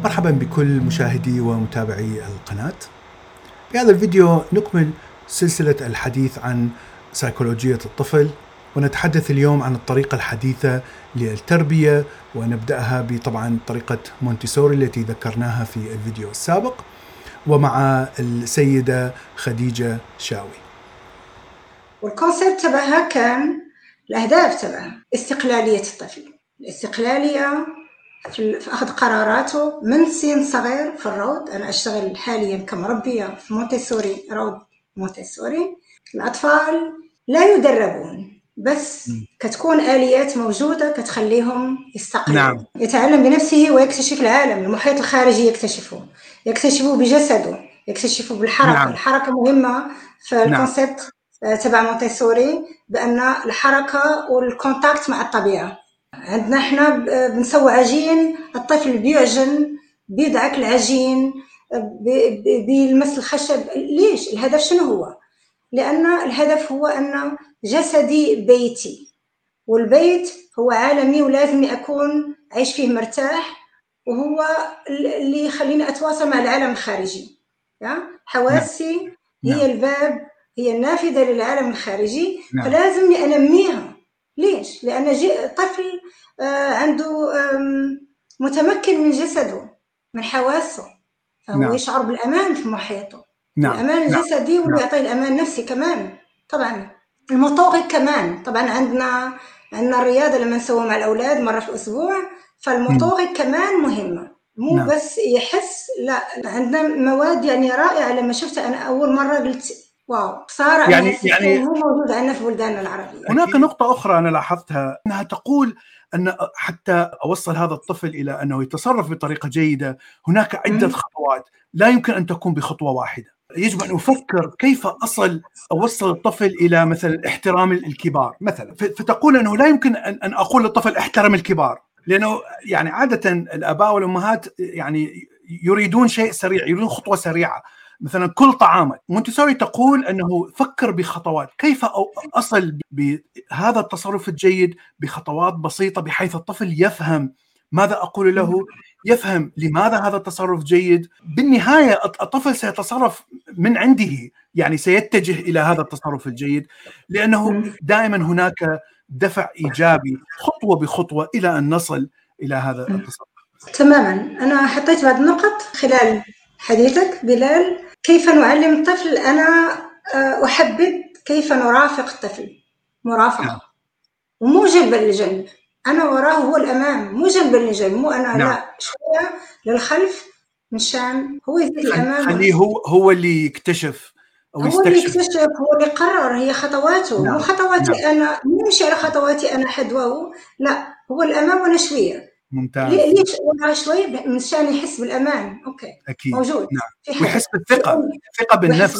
مرحبا بكل مشاهدي ومتابعي القناة. في هذا الفيديو نكمل سلسلة الحديث عن سيكولوجية الطفل، ونتحدث اليوم عن الطريقة الحديثة للتربية، ونبدأها بطبعا طريقة مونتيسوري التي ذكرناها في الفيديو السابق، ومع السيدة خديجة شاوي. والكونسيبت تبعها كان الأهداف تبعها استقلالية الطفل، الاستقلالية في أخذ قراراته من سن صغير في الروض. أنا أشتغل حاليا كمربية في مونتيسوري، روض مونتيسوري. الأطفال لا يدربون، بس كتكون آليات موجودة كتخليهم يستقلوا. يتعلم بنفسه ويكتشف العالم، المحيط الخارجي يكتشفه بجسده، يكتشفه بالحركة. الحركة مهمة في الكونسيبت تبع مونتيسوري، بأن الحركة والكونتاكت مع الطبيعة. عندنا احنا بنسوي عجين، الطفل بيعجن، بيدعك العجين، بيلمس الخشب. ليش؟ الهدف شنو هو؟ لأن الهدف هو أن جسدي بيتي، والبيت هو عالمي، ولازم أكون عيش فيه مرتاح، وهو اللي يخليني أتواصل مع العالم الخارجي. حواسي هي الباب، هي النافذة للعالم الخارجي. فلازم أنميها. ليش؟ لأن طفل عنده متمكن من جسده، من حواسه، فهو يشعر بالأمان في محيطه. الأمان الجسدي واللي يعطي الأمان النفسي كمان. طبعا الموتوريك كمان. طبعا عندنا الرياضة لما نسويها مع الأولاد مرة في الأسبوع، فالموتوريك كمان مهمة. مو بس يحس، لا، عندنا مواد يعني رائعة. لما شفتها أنا أول مرة قلت واو، صار يعني مو موجود عندنا في بلداننا العربية. هناك نقطة أخرى أنا لاحظتها، أنها تقول أن حتى أوصل هذا الطفل إلى أنه يتصرف بطريقة جيدة هناك عدة خطوات، لا يمكن أن تكون بخطوة واحدة. يجب أن أفكر كيف أوصل الطفل إلى مثلا احترام الكبار مثلا. فتقول أنه لا يمكن أن أقول للطفل احترم الكبار، لأنه يعني عادة الآباء والأمهات يعني يريدون شيء سريع، يريدون خطوة سريعة. مثلا كل طعامك. مونتيسوري تقول أنه فكر بخطوات، كيف أصل بهذا التصرف الجيد بخطوات بسيطة، بحيث الطفل يفهم ماذا أقول له، يفهم لماذا هذا التصرف جيد. بالنهاية الطفل سيتصرف من عنده، يعني سيتجه إلى هذا التصرف الجيد، لأنه دائما هناك دفع إيجابي خطوة بخطوة إلى أن نصل إلى هذا التصرف. تماما. أنا حطيت بعض النقط خلال حديثك بلال. كيف نعلم الطفل؟ أنا أحبذ كيف نرافق الطفل، مرافقة ومو جنبا لجنب. أنا وراه، هو الأمام، مو جنبا لجنب، مو أنا لا، شوية للخلف مشان هو يزيد الأمام. خليه هو اللي يكتشف أو هو اللي يكتشف، هو اللي يقرر. هي خطواته، مو خطواتي أنا، مو مشي على خطواتي أنا حدوه، لا، هو الأمام وأنا شوية. ممتاز. ليش وراه شوي؟ مشان يحس بالأمان. أوكي، أكيد. موجود. ويحس بالثقة، ثقة بالنفس،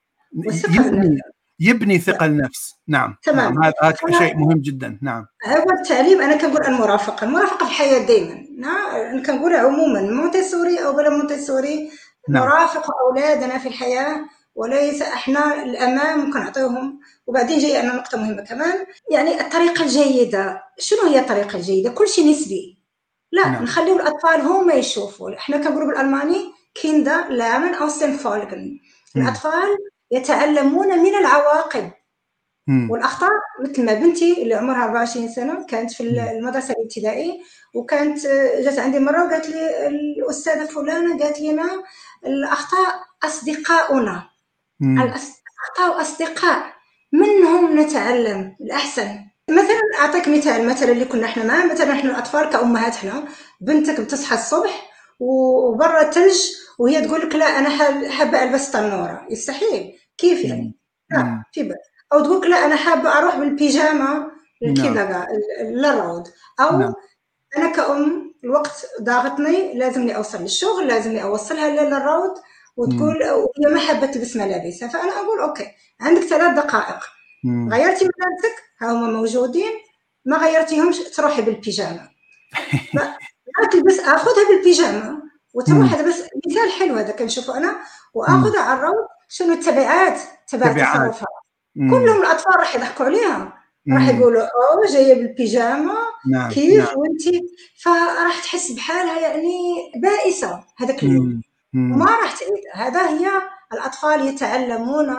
يبني ثقة النفس. تمام. هذا شيء مهم جدا. هو التعليم. أنا كنقول المرافقة في الحياة دائما. كنقولها عموما، مونتيسوري أو بلا مونتيسوري، نرافق أولادنا في الحياة، وليس إحنا الأمام ممكن نعطيهم. وبعدين جاي أنا نقطة مهمة كمان، يعني الطريقة الجيدة. شنو هي الطريقة الجيدة؟ كل شيء نسبي. لا، نخليه الأطفال هم يشوفوا. إحنا كنقولوا بالألماني كيندا لامن أو سينفولغن. الأطفال يتعلمون من العواقب والأخطاء. مثل ما بنتي اللي عمرها 24 سنة كانت في المدرسة الابتدائية، وكانت جات عندي مرة وقالت لي الأستاذة فلانة قالت لنا الأخطاء أصدقاؤنا. الأخطاء أصدقاء، منهم نتعلم الأحسن. مثلا أعطيك مثال اللي كنا احنا معاه. مثلا احنا الأطفال كأمهات، احنا بنتك بتصحى الصبح وبرا الثلج وهي تقول لك لا أنا حابة ألبس طنورة. يستحيل. كيف يعني؟ لا، في بس. أو تقول لا أنا حابة أروح بالبيجامة كذا للروض. أو أنا كأم الوقت ضاغطني، لازمني أوصل للشغل، لازمني أوصلها للروض، وتقول وهي ما حابة تلبس ملابسها. فأنا أقول أوكي، عندك 3 دقائق، غيرتي ملابسك هم موجودين، ما غيرتيهمش تروحي بالبيجامة. لا تلبس، أخذها بالبيجامة وتروح. هذا بس مثال حلو هذا كنشوفه أنا، وأخذها على الروض. شنو التبعات تبع تصرفها؟ كلهم الأطفال راح يضحكوا عليها، راح يقولوا أوه جاية بالبيجامة نعم كيف نعم وانت، فراح تحس بحالها يعني بائسة هذاك اليوم وما راح تعيد. هذا هي الأطفال يتعلمون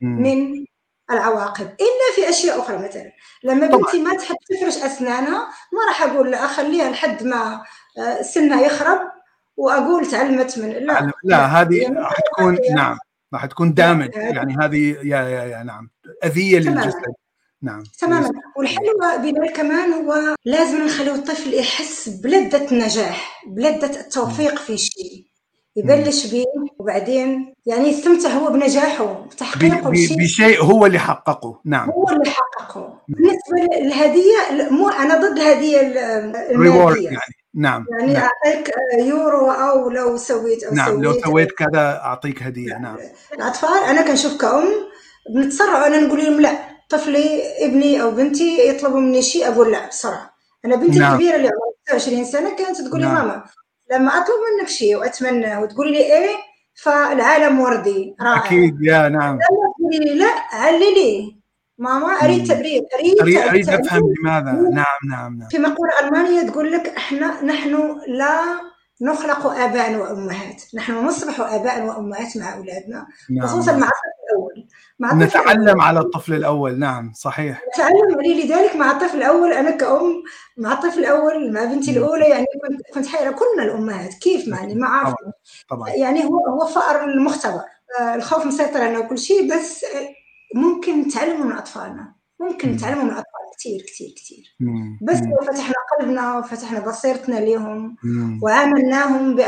من العواقب، إلا في أشياء أخرى. مثلا لما طبعا بنتي ما تحب تفرش أسنانها، ما راح أقول لا أخليها لحد ما سنها يخرب وأقول تعلمت من، لا لا هذه هي راح تكون، نعم راح تكون دامج، يعني هذه يا نعم أذية للجسد. نعم تماما. والحلوة بذلك كمان هو لازم نخلي الطفل يحس بلذة النجاح، بلذة التوفيق في شيء يبلش به، وبعدين يعني يستمتع هو بنجاحه، بتحقيقه لشيء بشيء هو اللي حققه. نعم هو اللي حققه. بالنسبة للهدية، مو أنا ضد الهدية ريورد المادية، يعني. نعم يعني نعم أعطيك يورو أو لو سويت أو نعم لو سويت سويت كذا أعطيك هدية. نعم الأطفال أنا كنشوف كأم بنتسرع، أنا نقول لهم لا، طفلي ابني أو بنتي يطلبوا مني شيء أقول لا بسرعة. أنا بنتي نعم الكبيرة اللي عمرها 26 سنة كانت تقول لي نعم ماما لما أطلب منك شيء وأتمناه وتقول لي إيه فالعالم وردي رائع، أكيد يا نعم. لما تقولي لي لا عللي ماما أريد تبرير، أريد تعليم. أفهم لماذا. نعم في مقولة ألمانية تقول لك نحن لا نخلق آباء وأمهات، نحن نصبح آباء وأمهات مع أولادنا، خصوصا نعم مع الطفل الأول. نتعلم على الطفل الأول. نعم صحيح. نتعلم لذلك مع الطفل الأول. أنا كأم مع الطفل الأول مع بنتي الأولى يعني كنت حيرة، كلنا الأمهات كيف معني ما عارفة طبعا يعني هو فأر المختبر، الخوف مسيطر على كل شيء، بس ممكن نتعلمه من أطفالنا، ممكن نتعلمه من الأطفال كتير كتير كتير. بس لو فتحنا قلبنا وفتحنا بصيرتنا لهم وعاملناهم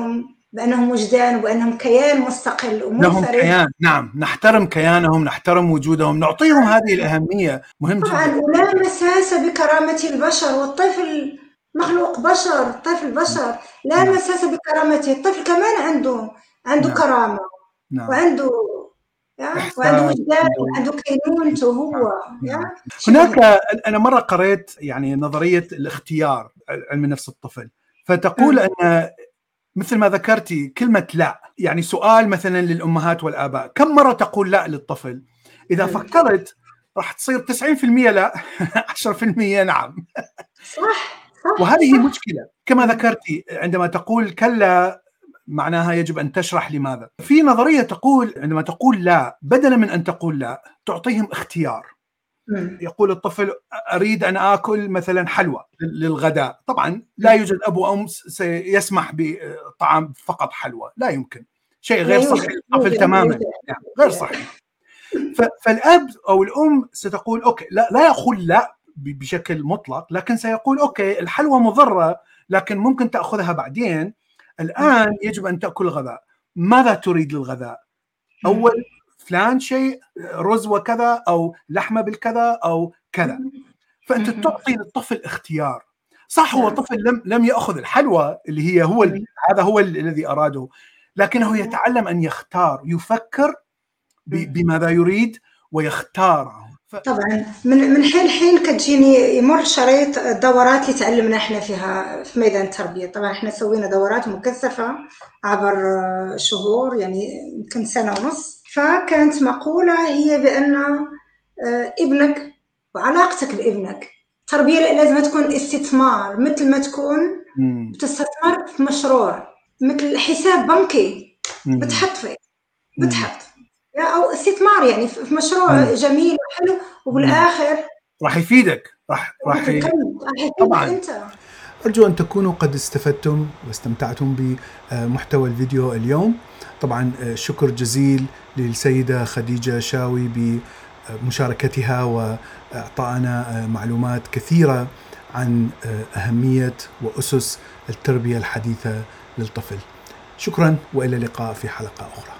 بأنهم وجدان وبأنهم كيان مستقل لهم ومنفرد. كيان. نعم نحترم كيانهم، نحترم وجودهم، نعطيهم هذه الأهمية. مهم طبعا جدا. ولا مساس بكرامة البشر، والطفل مخلوق بشر، الطفل بشر لا مساس بكرامته. الطفل كمان عنده كرامة وعنده وعنده وجدان وعنده كينونته هو. هناك أنا مرة قرأت يعني نظرية الاختيار علم نفس الطفل، فتقول أن مثل ما ذكرتي كلمة لا، يعني سؤال مثلا للأمهات والآباء كم مرة تقول لا للطفل؟ إذا فكرت راح تصير 90% لا 10% نعم. صح. وهذه مشكلة كما ذكرتي. عندما تقول كلا معناها يجب أن تشرح لماذا. في نظرية تقول عندما تقول لا بدلا من أن تقول لا تعطيهم اختيار. يقول الطفل أريد أن آكل مثلا حلوى للغداء، طبعا لا يوجد أب وأم سيسمح بطعام فقط حلوى، لا يمكن، شيء غير صحي للطفل تماما، يعني غير صحي. فالأب أو الأم ستقول أوكي، لا يقول لا بشكل مطلق، لكن سيقول أوكي الحلوى مضرة لكن ممكن تأخذها بعدين، الآن يجب أن تأكل غذاء. ماذا تريد للغذاء؟ أول فلان شيء رز وكذا أو لحمة بالكذا أو كذا. فأنت تعطي للطفل اختيار. صح هو طفل لم يأخذ الحلوى اللي هو هذا هو الذي أراده، لكنه يتعلم أن يختار، يفكر بماذا يريد ويختار. طبعا من حين لحين كتجيني يمر شريط دورات اللي تعلمنا احنا فيها في ميدان التربية. طبعا احنا سوينا دورات مكثفة عبر شهور، يعني يمكن سنة ونص. فكانت مقولة هي بأن ابنك وعلاقتك بابنك تربية لازم تكون استثمار، مثل ما تكون بتستثمر في مشروع، مثل حساب بنكي بتحط فيه أو استثمار يعني في مشروع جميل وحلو، وبالآخر راح يفيدك، راح طبعا أنت. أرجو أن تكونوا قد استفدتم واستمتعتم بمحتوى الفيديو اليوم. طبعا شكر جزيل للسيدة خديجة شاوي بمشاركتها وإعطائنا معلومات كثيرة عن أهمية وأسس التربية الحديثة للطفل. شكرا وإلى اللقاء في حلقة أخرى.